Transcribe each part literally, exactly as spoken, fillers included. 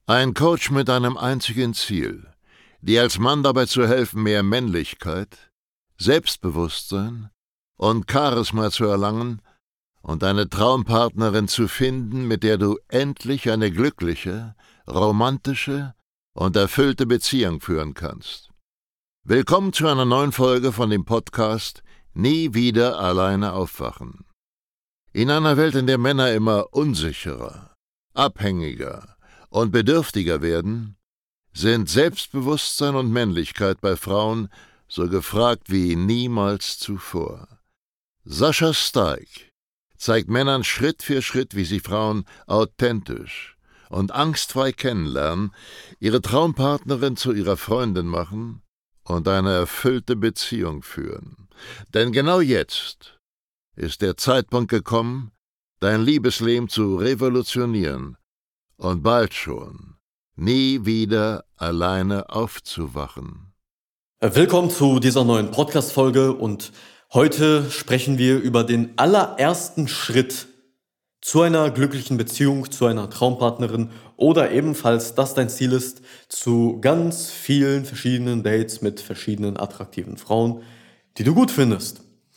Ein Coach mit einem einzigen Ziel, dir als Mann dabei zu helfen, mehr Männlichkeit, Selbstbewusstsein und Charisma zu erlangen und eine Traumpartnerin zu finden, mit der du endlich eine glückliche, romantische und erfüllte Beziehung führen kannst. Willkommen zu einer neuen Folge von dem Podcast Nie wieder alleine aufwachen. In einer Welt, in der Männer immer unsicherer, abhängiger und bedürftiger werden, sind Selbstbewusstsein und Männlichkeit bei Frauen so gefragt wie niemals zuvor. Sascha Steig zeigt Männern Schritt für Schritt, wie sie Frauen authentisch und angstfrei kennenlernen, ihre Traumpartnerin zu ihrer Freundin machen und eine erfüllte Beziehung führen. Denn genau jetzt ist der Zeitpunkt gekommen, dein Liebesleben zu revolutionieren und bald schon nie wieder alleine aufzuwachen. Willkommen zu dieser neuen Podcast-Folge und heute sprechen wir über den allerersten Schritt zu einer glücklichen Beziehung, zu einer Traumpartnerin oder ebenfalls, dass dein Ziel ist, zu ganz vielen verschiedenen Dates mit verschiedenen attraktiven Frauen, die du gut findest.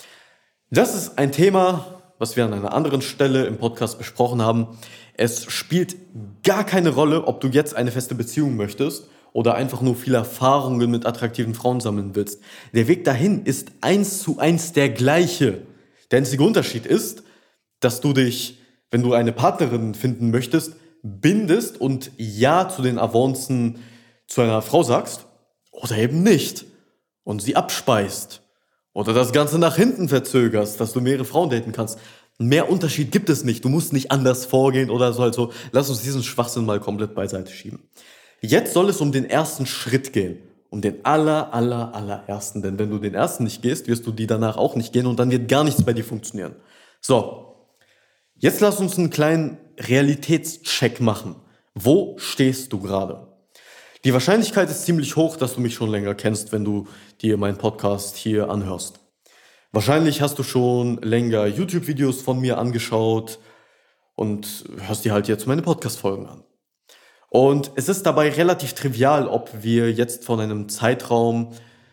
Das ist ein Thema, was wir an einer anderen Stelle im Podcast besprochen haben. Es spielt gar keine Rolle, ob du jetzt eine feste Beziehung möchtest oder einfach nur viele Erfahrungen mit attraktiven Frauen sammeln willst. Der Weg dahin ist eins zu eins der gleiche. Der einzige Unterschied ist, dass du dich, wenn du eine Partnerin finden möchtest, bindest und Ja zu den Avancen zu einer Frau sagst oder eben nicht und sie abspeist oder das Ganze nach hinten verzögerst, dass du mehrere Frauen daten kannst. Mehr Unterschied gibt es nicht. Du musst nicht anders vorgehen oder so. Also lass uns diesen Schwachsinn mal komplett beiseite schieben. Jetzt soll es um den ersten Schritt gehen. Um den aller, aller, allerersten. Denn wenn du den ersten nicht gehst, wirst du die danach auch nicht gehen und dann wird gar nichts bei dir funktionieren. So, jetzt lass uns einen kleinen Realitätscheck machen. Wo stehst du gerade? Die Wahrscheinlichkeit ist ziemlich hoch, dass du mich schon länger kennst, wenn du dir meinen Podcast hier anhörst. Wahrscheinlich hast du schon länger YouTube-Videos von mir angeschaut und hörst dir halt jetzt meine Podcast-Folgen an. Und es ist dabei relativ trivial, ob wir jetzt von einem Zeitraum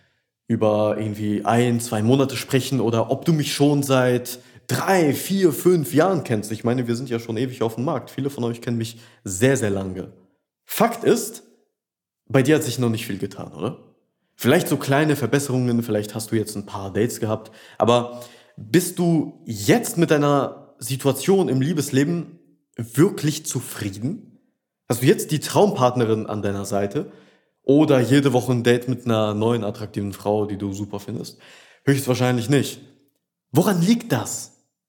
über irgendwie ein, zwei Monate sprechen oder ob du mich schon seit drei, vier, fünf Jahren kennst. Ich meine, wir sind ja schon ewig auf dem Markt. Viele von euch kennen mich sehr, sehr lange. Fakt ist, bei dir hat sich noch nicht viel getan, oder? Vielleicht so kleine Verbesserungen, vielleicht hast du jetzt ein paar Dates gehabt, aber bist du jetzt mit deiner Situation im Liebesleben wirklich zufrieden? Hast du jetzt die Traumpartnerin an deiner Seite oder jede Woche ein Date mit einer neuen attraktiven Frau, die du super findest? Höchstwahrscheinlich nicht. Woran liegt das?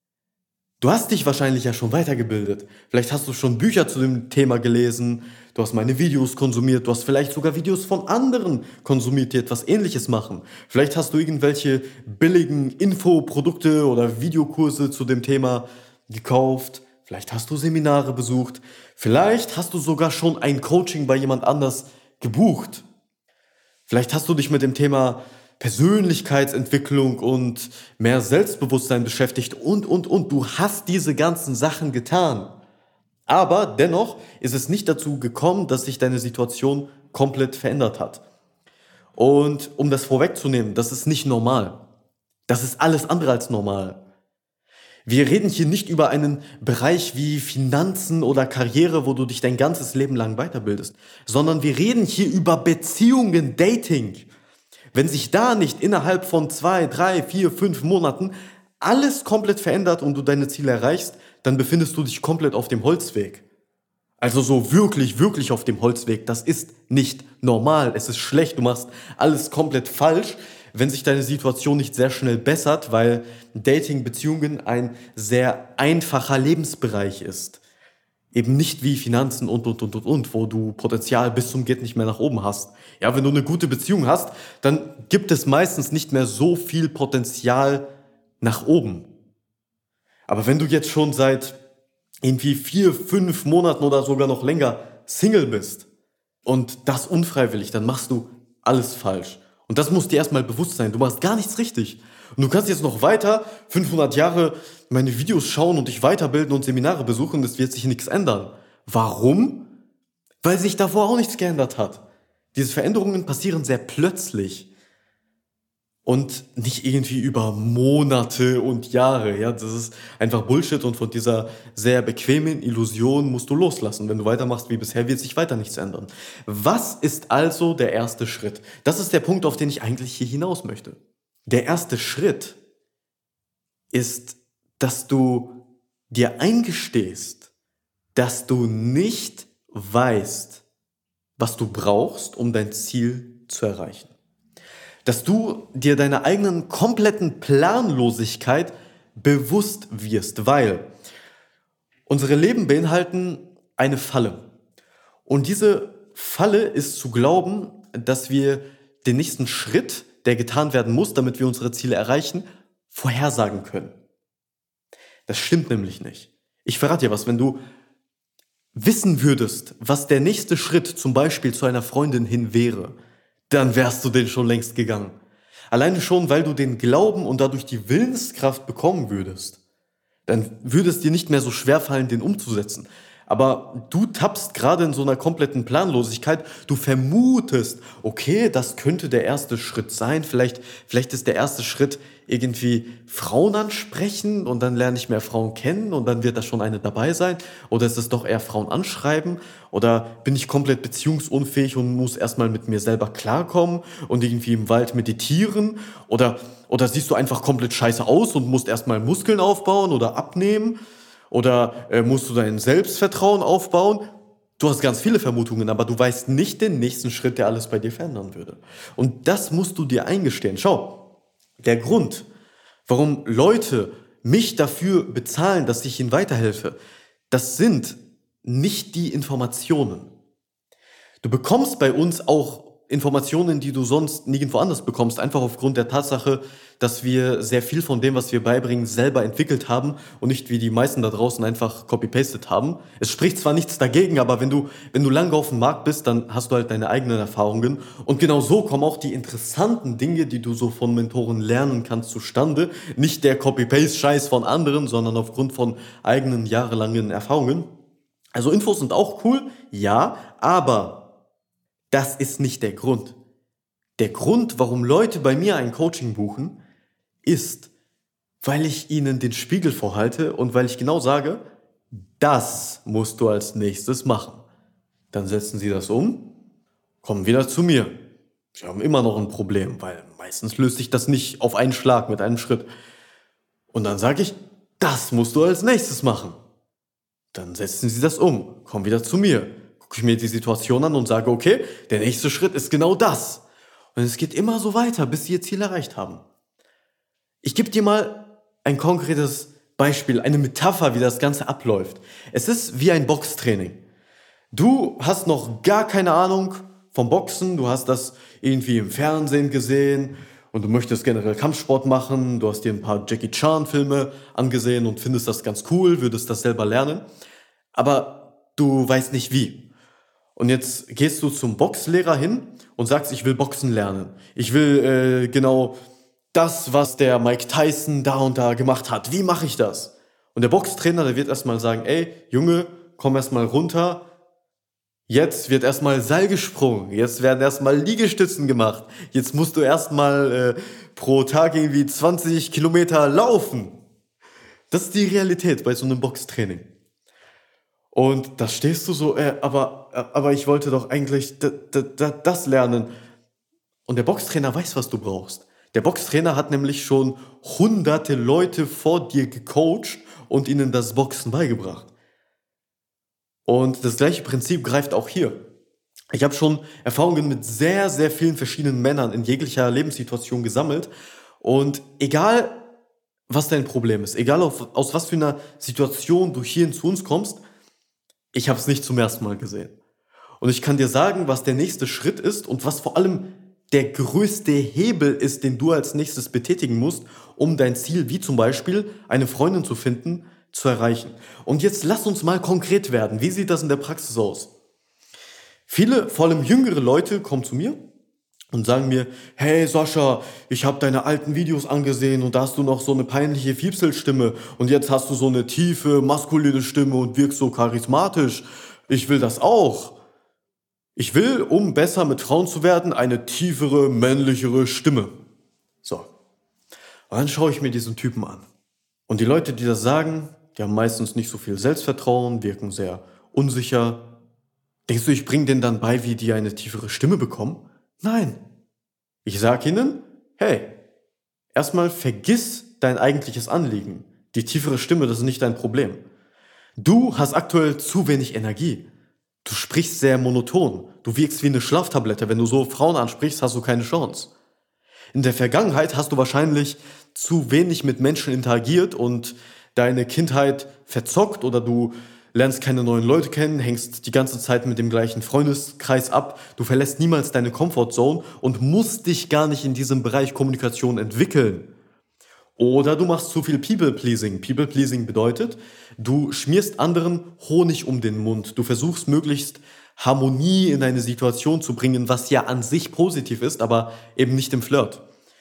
Du hast dich wahrscheinlich ja schon weitergebildet. Vielleicht hast du schon Bücher zu dem Thema gelesen, du hast meine Videos konsumiert, du hast vielleicht sogar Videos von anderen konsumiert, die etwas Ähnliches machen. Vielleicht hast du irgendwelche billigen Infoprodukte oder Videokurse zu dem Thema gekauft. Vielleicht hast du Seminare besucht. Vielleicht hast du sogar schon ein Coaching bei jemand anders gebucht. Vielleicht hast du dich mit dem Thema Persönlichkeitsentwicklung und mehr Selbstbewusstsein beschäftigt und, und, und. Du hast diese ganzen Sachen getan. Aber dennoch ist es nicht dazu gekommen, dass sich deine Situation komplett verändert hat. Und um das vorwegzunehmen, das ist nicht normal. Das ist alles andere als normal. Wir reden hier nicht über einen Bereich wie Finanzen oder Karriere, wo du dich dein ganzes Leben lang weiterbildest, sondern wir reden hier über Beziehungen, Dating. Wenn sich da nicht innerhalb von zwei, drei, vier, fünf Monaten alles komplett verändert und du deine Ziele erreichst, dann befindest du dich komplett auf dem Holzweg. Also so wirklich, wirklich auf dem Holzweg. Das ist nicht normal. Es ist schlecht. Du machst alles komplett falsch, wenn sich deine Situation nicht sehr schnell bessert, weil Dating, Beziehungen ein sehr einfacher Lebensbereich ist. Eben nicht wie Finanzen und, und, und, und, und, wo du Potenzial bis zum Geht nicht mehr nach oben hast. Ja, wenn du eine gute Beziehung hast, dann gibt es meistens nicht mehr so viel Potenzial nach oben. Aber wenn du jetzt schon seit irgendwie vier, fünf Monaten oder sogar noch länger Single bist und das unfreiwillig, dann machst du alles falsch. Und das muss dir erstmal bewusst sein. Du machst gar nichts richtig. Und du kannst jetzt noch weiter fünfhundert Jahre meine Videos schauen und dich weiterbilden und Seminare besuchen, es wird sich nichts ändern. Warum? weil sich davor auch nichts geändert hat. Diese Veränderungen passieren sehr plötzlich und nicht irgendwie über Monate und Jahre. Ja, das ist einfach Bullshit und von dieser sehr bequemen Illusion musst du loslassen. Wenn du weitermachst wie bisher, wird sich weiter nichts ändern. Was ist also der erste Schritt? Das ist der Punkt, auf den ich eigentlich hier hinaus möchte. Der erste Schritt ist, dass du dir eingestehst, dass du nicht weißt, was du brauchst, um dein Ziel zu erreichen. Dass du dir deiner eigenen kompletten Planlosigkeit bewusst wirst, weil unsere Leben beinhalten eine Falle. Und diese Falle ist zu glauben, dass wir den nächsten Schritt, der getan werden muss, damit wir unsere Ziele erreichen, vorhersagen können. Das stimmt nämlich nicht. Ich verrate dir was, wenn du wissen würdest, was der nächste Schritt zum Beispiel zu einer Freundin hin wäre, dann wärst du den schon längst gegangen. Alleine schon, weil du den Glauben und dadurch die Willenskraft bekommen würdest. Dann würde es dir nicht mehr so schwer fallen, den umzusetzen. Aber du tappst gerade in so einer kompletten Planlosigkeit. Du vermutest, okay, das könnte der erste Schritt sein. Vielleicht, vielleicht ist der erste Schritt irgendwie Frauen ansprechen und dann lerne ich mehr Frauen kennen und dann wird da schon eine dabei sein. Oder ist es doch eher Frauen anschreiben? Oder bin ich komplett beziehungsunfähig und muss erstmal mit mir selber klarkommen und irgendwie im Wald meditieren? Oder, oder siehst du einfach komplett scheiße aus und musst erstmal Muskeln aufbauen oder abnehmen? Oder äh, musst du dein Selbstvertrauen aufbauen? Du hast ganz viele Vermutungen, aber du weißt nicht den nächsten Schritt, der alles bei dir verändern würde. Und das musst du dir eingestehen. Schau, der Grund, warum Leute mich dafür bezahlen, dass ich ihnen weiterhelfe, das sind nicht die Informationen. Du bekommst bei uns auch Informationen, die du sonst nirgendwo anders bekommst, einfach aufgrund der Tatsache, dass wir sehr viel von dem, was wir beibringen, selber entwickelt haben und nicht wie die meisten da draußen einfach copy-pasted haben. Es spricht zwar nichts dagegen, aber wenn du, wenn du lange auf dem Markt bist, dann hast du halt deine eigenen Erfahrungen. Und genau so kommen auch die interessanten Dinge, die du so von Mentoren lernen kannst, zustande. Nicht der Copy-Paste-Scheiß von anderen, sondern aufgrund von eigenen jahrelangen Erfahrungen. Also Infos sind auch cool, ja, aber das ist nicht der Grund. Der Grund, warum Leute bei mir ein Coaching buchen, ist, weil ich ihnen den Spiegel vorhalte und weil ich genau sage, das musst du als nächstes machen. Dann setzen sie das um, kommen wieder zu mir. Sie haben immer noch ein Problem, weil meistens löst sich das nicht auf einen Schlag mit einem Schritt. Und dann sage ich, das musst du als nächstes machen. Dann setzen sie das um, kommen wieder zu mir. Gucke ich mir die Situation an und sage, okay, der nächste Schritt ist genau das. Und es geht immer so weiter, bis sie ihr Ziel erreicht haben. Ich gebe dir mal ein konkretes Beispiel, eine Metapher, wie das Ganze abläuft. Es ist wie ein Boxtraining. Du hast noch gar keine Ahnung vom Boxen, du hast das irgendwie im Fernsehen gesehen und du möchtest generell Kampfsport machen, du hast dir ein paar Jackie Chan-Filme angesehen und findest das ganz cool, würdest das selber lernen, aber du weißt nicht wie. Und jetzt gehst du zum Boxlehrer hin und sagst, ich will Boxen lernen. Ich will äh, genau das, was der Mike Tyson da und da gemacht hat. Wie mache ich das? Und der Boxtrainer, der wird erstmal sagen, ey, Junge, komm erstmal runter. Jetzt wird erstmal Seil gesprungen. Jetzt werden erstmal Liegestützen gemacht. Jetzt musst du erstmal äh, pro Tag irgendwie zwanzig Kilometer laufen. Das ist die Realität bei so einem Boxtraining. Und da stehst du so, äh, aber, aber ich wollte doch eigentlich d- d- d- das lernen. Und der Boxtrainer weiß, was du brauchst. Der Boxtrainer hat nämlich schon hunderte Leute vor dir gecoacht und ihnen das Boxen beigebracht. Und das gleiche Prinzip greift auch hier. Ich habe schon Erfahrungen mit sehr, sehr vielen verschiedenen Männern in jeglicher Lebenssituation gesammelt. Und egal, was dein Problem ist, egal auf, aus was für einer Situation du hierhin zu uns kommst, ich habe es nicht zum ersten Mal gesehen. Und ich kann dir sagen, was der nächste Schritt ist und was vor allem der größte Hebel ist, den du als nächstes betätigen musst, um dein Ziel, wie zum Beispiel eine Freundin zu finden, zu erreichen. Und jetzt lass uns mal konkret werden. Wie sieht das in der Praxis aus? Viele, vor allem jüngere Leute, kommen zu mir und sagen mir, hey Sascha, ich habe deine alten Videos angesehen und da hast du noch so eine peinliche Fiepselstimme und jetzt hast du so eine tiefe, maskuline Stimme und wirkst so charismatisch. Ich will das auch. Ich will, um besser mit Frauen zu werden, eine tiefere, männlichere Stimme. So. Und dann schaue ich mir diesen Typen an. Und die Leute, die das sagen, die haben meistens nicht so viel Selbstvertrauen, wirken sehr unsicher. Denkst du, ich bringe denen dann bei, wie die eine tiefere Stimme bekommen? Nein. Ich sage ihnen, hey, erstmal vergiss dein eigentliches Anliegen. Die tiefere Stimme, das ist nicht dein Problem. Du hast aktuell zu wenig Energie. Du sprichst sehr monoton. Du wirkst wie eine Schlaftablette. Wenn du so Frauen ansprichst, hast du keine Chance. In der Vergangenheit hast du wahrscheinlich zu wenig mit Menschen interagiert und deine Kindheit verzockt oder du lernst keine neuen Leute kennen, hängst die ganze Zeit mit dem gleichen Freundeskreis ab. Du verlässt niemals deine Comfortzone und musst dich gar nicht in diesem Bereich Kommunikation entwickeln. Oder du machst zu viel People-Pleasing. People-Pleasing bedeutet, du schmierst anderen Honig um den Mund. Du versuchst möglichst Harmonie in eine Situation zu bringen, was ja an sich positiv ist, aber eben nicht im Flirt.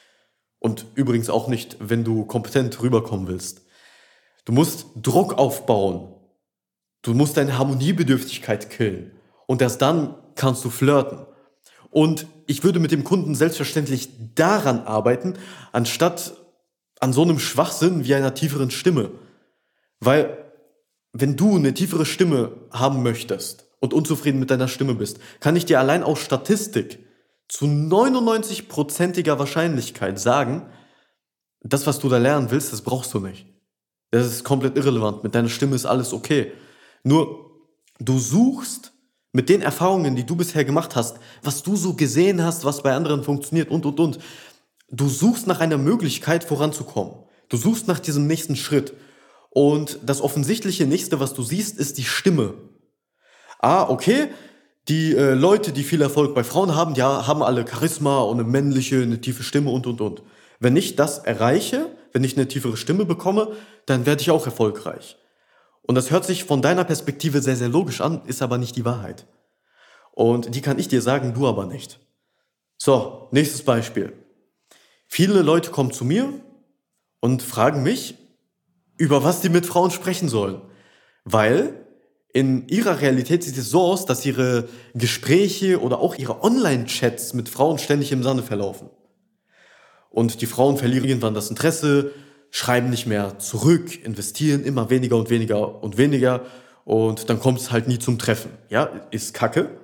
Und übrigens auch nicht, wenn du kompetent rüberkommen willst. Du musst Druck aufbauen. Du musst deine Harmoniebedürftigkeit killen. Und erst dann kannst du flirten. Und ich würde mit dem Kunden selbstverständlich daran arbeiten, anstatt an so einem Schwachsinn wie einer tieferen Stimme. Weil, wenn du eine tiefere Stimme haben möchtest und unzufrieden mit deiner Stimme bist, kann ich dir allein aus Statistik zu neunundneunzig-prozentiger Wahrscheinlichkeit sagen, das, was du da lernen willst, das brauchst du nicht. Das ist komplett irrelevant. Mit deiner Stimme ist alles okay. Nur, du suchst mit den Erfahrungen, die du bisher gemacht hast, was du so gesehen hast, was bei anderen funktioniert und, und, und. Du suchst nach einer Möglichkeit, voranzukommen. Du suchst nach diesem nächsten Schritt. Und das offensichtliche Nächste, was du siehst, ist die Stimme. Ah, okay, die äh, Leute, die viel Erfolg bei Frauen haben, die haben alle Charisma und eine männliche, eine tiefe Stimme und, und, und. Wenn ich das erreiche, wenn ich eine tiefere Stimme bekomme, dann werde ich auch erfolgreich. Und das hört sich von deiner Perspektive sehr, sehr logisch an, ist aber nicht die Wahrheit. Und die kann ich dir sagen, du aber nicht. So, nächstes Beispiel. Viele Leute kommen zu mir und fragen mich, über was die mit Frauen sprechen sollen. Weil in ihrer Realität sieht es so aus, dass ihre Gespräche oder auch ihre Online-Chats mit Frauen ständig im Sande verlaufen. Und die Frauen verlieren irgendwann das Interesse, schreiben nicht mehr zurück, investieren immer weniger und weniger und weniger und dann kommt es halt nie zum Treffen. Ja, ist Kacke.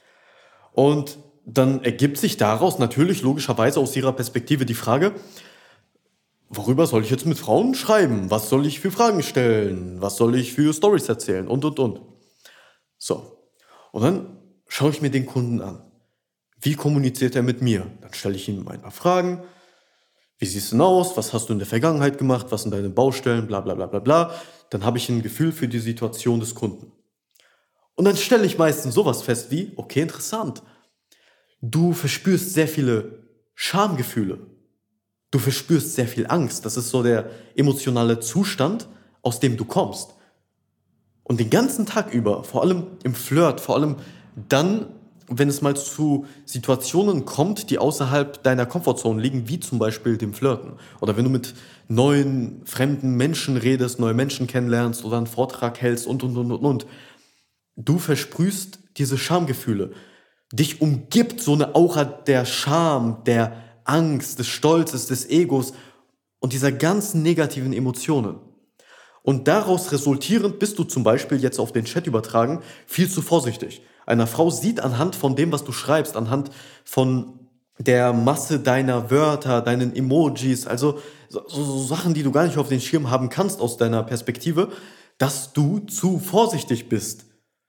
Und dann ergibt sich daraus natürlich logischerweise aus ihrer Perspektive die Frage, worüber soll ich jetzt mit Frauen schreiben? Was soll ich für Fragen stellen? Was soll ich für Storys erzählen? Und, und, und. So. Und dann schaue ich mir den Kunden an. Wie kommuniziert er mit mir? Dann stelle ich ihm ein paar Fragen. Wie siehst du denn aus? Was hast du in der Vergangenheit gemacht? Was sind deine Baustellen? Bla, bla, bla, bla, bla. Dann habe ich ein Gefühl für die Situation des Kunden. Und dann stelle ich meistens sowas fest wie, okay, interessant. Du verspürst sehr viele Schamgefühle. Du verspürst sehr viel Angst. Das ist so der emotionale Zustand, aus dem du kommst. Und den ganzen Tag über, vor allem im Flirt, vor allem dann, wenn es mal zu Situationen kommt, die außerhalb deiner Komfortzone liegen, wie zum Beispiel dem Flirten. Oder wenn du mit neuen, fremden Menschen redest, neue Menschen kennenlernst oder einen Vortrag hältst und, und, und, und, und. Du versprühst diese Schamgefühle. Dich umgibt so eine Aura der Scham, der Angst, des Stolzes, des Egos und dieser ganzen negativen Emotionen. Und daraus resultierend bist du zum Beispiel jetzt auf den Chat übertragen viel zu vorsichtig. Eine Frau sieht anhand von dem, was du schreibst, anhand von der Masse deiner Wörter, deinen Emojis, also so, so Sachen, die du gar nicht auf den Schirm haben kannst aus deiner Perspektive, dass du zu vorsichtig bist.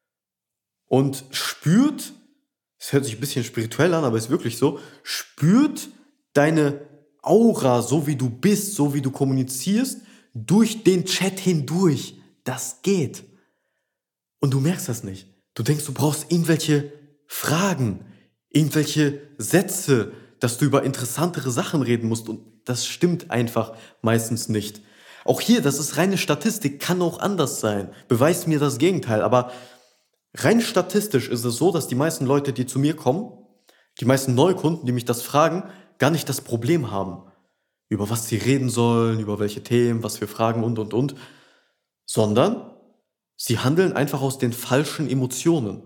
Und spürt, es hört sich ein bisschen spirituell an, aber ist wirklich so, spürt deine Aura, so wie du bist, so wie du kommunizierst, durch den Chat hindurch. Das geht. Und du merkst das nicht. Du denkst, du brauchst irgendwelche Fragen, irgendwelche Sätze, dass du über interessantere Sachen reden musst. Und das stimmt einfach meistens nicht. Auch hier, das ist reine Statistik, kann auch anders sein. Beweist mir das Gegenteil. Aber rein statistisch ist es so, dass die meisten Leute, die zu mir kommen, die meisten Neukunden, die mich das fragen, gar nicht das Problem haben, über was sie reden sollen, über welche Themen, was für Fragen und, und, und, sondern sie handeln einfach aus den falschen Emotionen.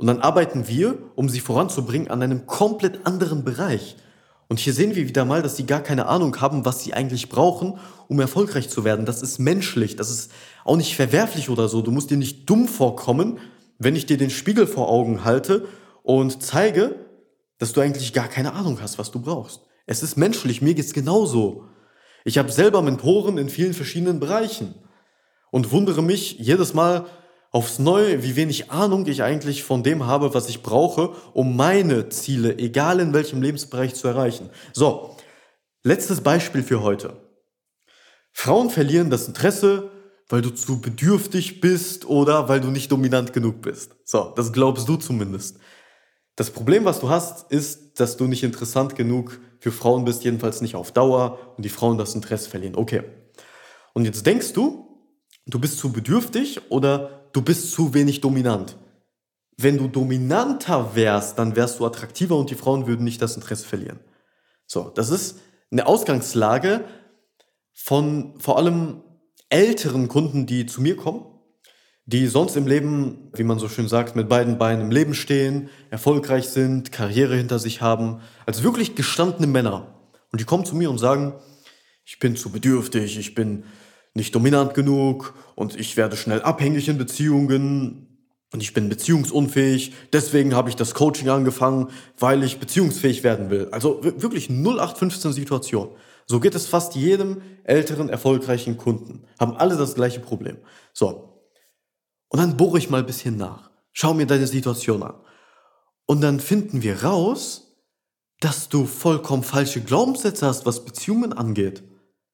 Und dann arbeiten wir, um sie voranzubringen, an einem komplett anderen Bereich. Und hier sehen wir wieder mal, dass sie gar keine Ahnung haben, was sie eigentlich brauchen, um erfolgreich zu werden. Das ist menschlich, das ist auch nicht verwerflich oder so. Du musst dir nicht dumm vorkommen, wenn ich dir den Spiegel vor Augen halte und zeige, dass du eigentlich gar keine Ahnung hast, was du brauchst. Es ist menschlich, mir geht's genauso. Ich habe selber Mentoren in vielen verschiedenen Bereichen und wundere mich jedes Mal aufs Neue, wie wenig Ahnung ich eigentlich von dem habe, was ich brauche, um meine Ziele, egal in welchem Lebensbereich, zu erreichen. So, letztes Beispiel für heute. Frauen verlieren das Interesse, weil du zu bedürftig bist oder weil du nicht dominant genug bist. So, das glaubst du zumindest. Das Problem, was du hast, ist, dass du nicht interessant genug für Frauen bist, jedenfalls nicht auf Dauer, und die Frauen das Interesse verlieren. Okay. Und jetzt denkst du, du bist zu bedürftig oder du bist zu wenig dominant. Wenn du dominanter wärst, dann wärst du attraktiver und die Frauen würden nicht das Interesse verlieren. So, das ist eine Ausgangslage von vor allem älteren Kunden, die zu mir kommen, die sonst im Leben, wie man so schön sagt, mit beiden Beinen im Leben stehen, erfolgreich sind, Karriere hinter sich haben, als wirklich gestandene Männer. Und die kommen zu mir und sagen, ich bin zu bedürftig, ich bin nicht dominant genug und ich werde schnell abhängig in Beziehungen und ich bin beziehungsunfähig, deswegen habe ich das Coaching angefangen, weil ich beziehungsfähig werden will. Also wirklich null acht fünfzehn Situation. So geht es fast jedem älteren, erfolgreichen Kunden. Haben alle das gleiche Problem. So. Und dann bohre ich mal ein bisschen nach. Schau mir deine Situation an. Und dann finden wir raus, dass du vollkommen falsche Glaubenssätze hast, was Beziehungen angeht.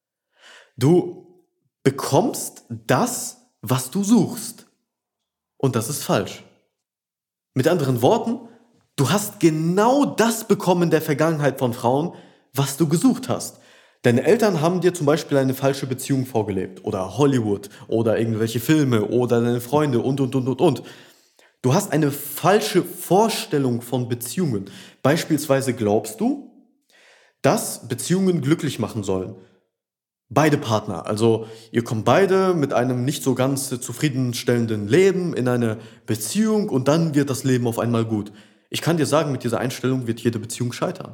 Du bekommst das, was du suchst. Und das ist falsch. Mit anderen Worten, du hast genau das bekommen in der Vergangenheit von Frauen, was du gesucht hast. Deine Eltern haben dir zum Beispiel eine falsche Beziehung vorgelebt oder Hollywood oder irgendwelche Filme oder deine Freunde und, und, und, und, und. Du hast eine falsche Vorstellung von Beziehungen. Beispielsweise glaubst du, dass Beziehungen glücklich machen sollen. Beide Partner, also ihr kommt beide mit einem nicht so ganz zufriedenstellenden Leben in eine Beziehung und dann wird das Leben auf einmal gut. Ich kann dir sagen, mit dieser Einstellung wird jede Beziehung scheitern.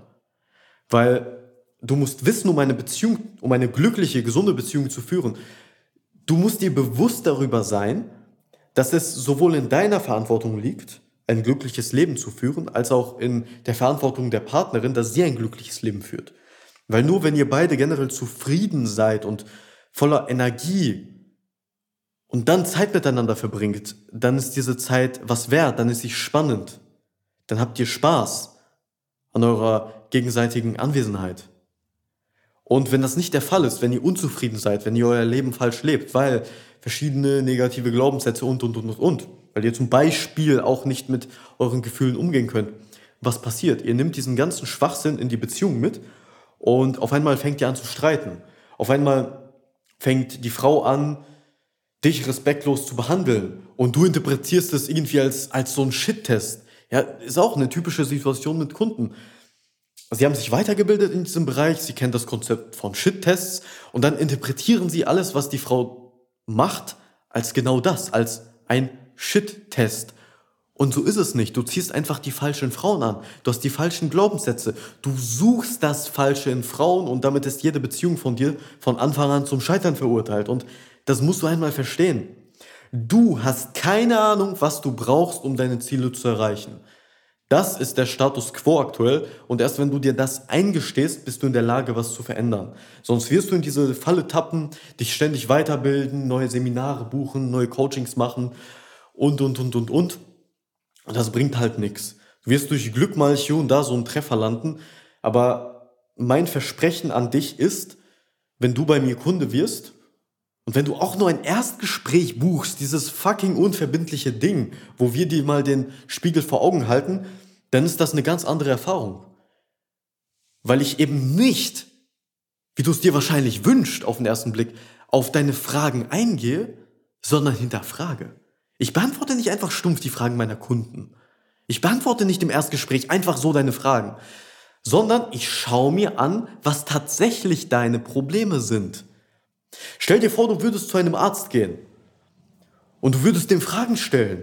Weil du musst wissen, um eine Beziehung, um eine glückliche, gesunde Beziehung zu führen, du musst dir bewusst darüber sein, dass es sowohl in deiner Verantwortung liegt, ein glückliches Leben zu führen, als auch in der Verantwortung der Partnerin, dass sie ein glückliches Leben führt. Weil nur wenn ihr beide generell zufrieden seid und voller Energie und dann Zeit miteinander verbringt, dann ist diese Zeit was wert, dann ist sie spannend. Dann habt ihr Spaß an eurer gegenseitigen Anwesenheit. Und wenn das nicht der Fall ist, wenn ihr unzufrieden seid, wenn ihr euer Leben falsch lebt, weil verschiedene negative Glaubenssätze und, und, und, und, und, weil ihr zum Beispiel auch nicht mit euren Gefühlen umgehen könnt, was passiert? Ihr nehmt diesen ganzen Schwachsinn in die Beziehung mit und auf einmal fängt ihr an zu streiten. Auf einmal fängt die Frau an, dich respektlos zu behandeln und du interpretierst es irgendwie als, als so ein Shit-Test. Ja, ist auch eine typische Situation mit Kunden. Sie haben sich weitergebildet in diesem Bereich, sie kennen das Konzept von Shit-Tests und dann interpretieren sie alles, was die Frau macht, als genau das, als ein Shit-Test. Und so ist es nicht. Du ziehst einfach die falschen Frauen an. Du hast die falschen Glaubenssätze. Du suchst das Falsche in Frauen und damit ist jede Beziehung von dir von Anfang an zum Scheitern verurteilt. Und das musst du einmal verstehen. Du hast keine Ahnung, was du brauchst, um deine Ziele zu erreichen. Das ist der Status quo aktuell und erst wenn du dir das eingestehst, bist du in der Lage, was zu verändern. Sonst wirst du in diese Falle tappen, dich ständig weiterbilden, neue Seminare buchen, neue Coachings machen und, und, und, und, und. Und das bringt halt nichts. Du wirst durch Glück mal hier und da so einen Treffer landen, aber mein Versprechen an dich ist, wenn du bei mir Kunde wirst und wenn du auch nur ein Erstgespräch buchst, dieses fucking unverbindliche Ding, wo wir dir mal den Spiegel vor Augen halten, dann ist das eine ganz andere Erfahrung. Weil ich eben nicht, wie du es dir wahrscheinlich wünschst auf den ersten Blick, auf deine Fragen eingehe, sondern hinterfrage. Ich beantworte nicht einfach stumpf die Fragen meiner Kunden. Ich beantworte nicht im Erstgespräch einfach so deine Fragen, sondern ich schaue mir an, was tatsächlich deine Probleme sind. Stell dir vor, du würdest zu einem Arzt gehen und du würdest dem Fragen stellen.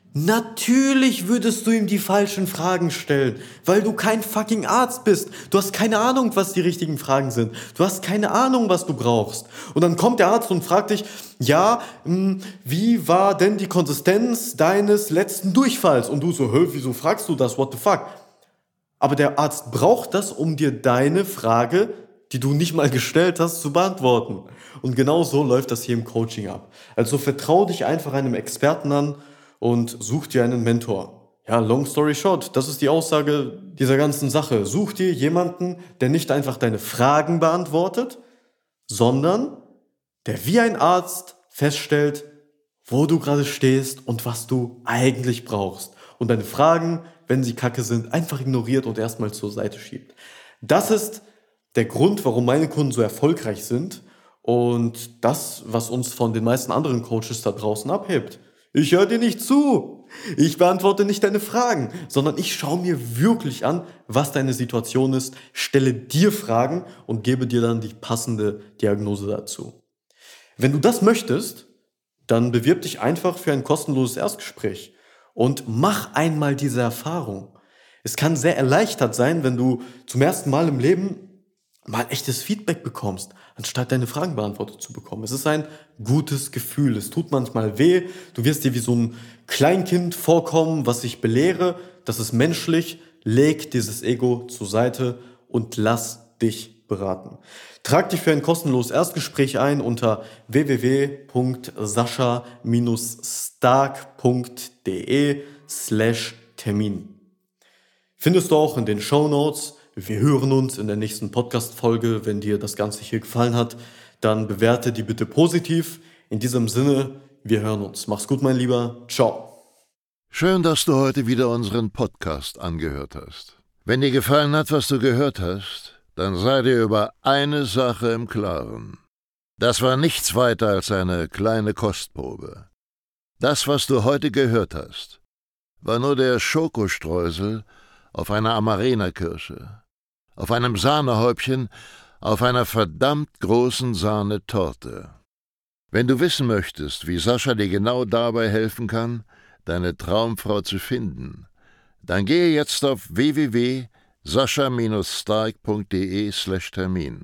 Natürlich würdest du ihm die falschen Fragen stellen, weil du kein fucking Arzt bist. Du hast keine Ahnung, was die richtigen Fragen sind. Du hast keine Ahnung, was du brauchst. Und dann kommt der Arzt und fragt dich, ja, mh, wie war denn die Konsistenz deines letzten Durchfalls? Und du so, hä, wieso fragst du das? What the fuck? Aber der Arzt braucht das, um dir deine Frage, die du nicht mal gestellt hast, zu beantworten. Und genau so läuft das hier im Coaching ab. Also vertrau dich einfach einem Experten an und such dir einen Mentor. Ja, long story short, das ist die Aussage dieser ganzen Sache. Such dir jemanden, der nicht einfach deine Fragen beantwortet, sondern der wie ein Arzt feststellt, wo du gerade stehst und was du eigentlich brauchst. Und deine Fragen, wenn sie kacke sind, einfach ignoriert und erstmal zur Seite schiebt. Das ist der Grund, warum meine Kunden so erfolgreich sind und das, was uns von den meisten anderen Coaches da draußen abhebt. Ich höre dir nicht zu. Ich beantworte nicht deine Fragen, sondern ich schaue mir wirklich an, was deine Situation ist, stelle dir Fragen und gebe dir dann die passende Diagnose dazu. Wenn du das möchtest, dann bewirb dich einfach für ein kostenloses Erstgespräch und mach einmal diese Erfahrung. Es kann sehr erleichtert sein, wenn du zum ersten Mal im Leben mal echtes Feedback bekommst, anstatt deine Fragen beantwortet zu bekommen. Es ist ein gutes Gefühl. Es tut manchmal weh. Du wirst dir wie so ein Kleinkind vorkommen, was ich belehre. Das ist menschlich. Leg dieses Ego zur Seite und lass dich beraten. Trag dich für ein kostenloses Erstgespräch ein unter w w w punkt sascha stark punkt de slash Termin. Findest du auch in den Shownotes. Wir hören uns in der nächsten Podcast-Folge. Wenn dir das Ganze hier gefallen hat, dann bewerte die bitte positiv. In diesem Sinne, wir hören uns. Mach's gut, mein Lieber. Ciao. Schön, dass du heute wieder unseren Podcast angehört hast. Wenn dir gefallen hat, was du gehört hast, dann sei dir über eine Sache im Klaren. Das war nichts weiter als eine kleine Kostprobe. Das, was du heute gehört hast, war nur der Schokostreusel auf einer Amarena-Kirsche, auf einem Sahnehäubchen, auf einer verdammt großen Sahnetorte. Wenn du wissen möchtest, wie Sascha dir genau dabei helfen kann, deine Traumfrau zu finden, dann gehe jetzt auf w w w punkt sascha stark punkt de slash Termin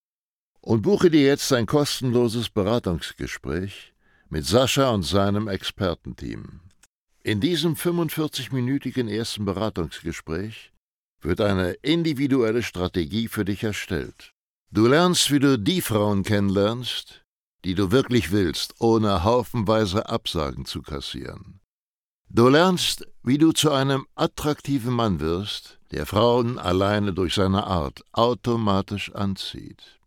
und buche dir jetzt ein kostenloses Beratungsgespräch mit Sascha und seinem Expertenteam. In diesem fünfundvierzig-minütigen ersten Beratungsgespräch wird eine individuelle Strategie für dich erstellt. Du lernst, wie du die Frauen kennenlernst, die du wirklich willst, ohne haufenweise Absagen zu kassieren. Du lernst, wie du zu einem attraktiven Mann wirst, der Frauen alleine durch seine Art automatisch anzieht.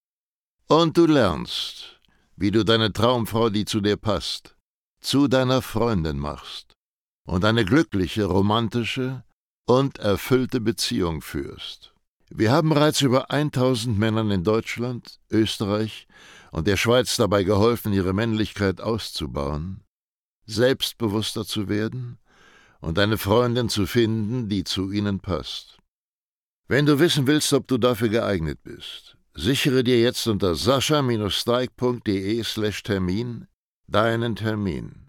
Und du lernst, wie du deine Traumfrau, die zu dir passt, zu deiner Freundin machst und eine glückliche, romantische und erfüllte Beziehung führst. Wir haben bereits über tausend Männern in Deutschland, Österreich und der Schweiz dabei geholfen, ihre Männlichkeit auszubauen, selbstbewusster zu werden und eine Freundin zu finden, die zu ihnen passt. Wenn du wissen willst, ob du dafür geeignet bist, sichere dir jetzt unter sascha stark punkt de slash Termin deinen Termin.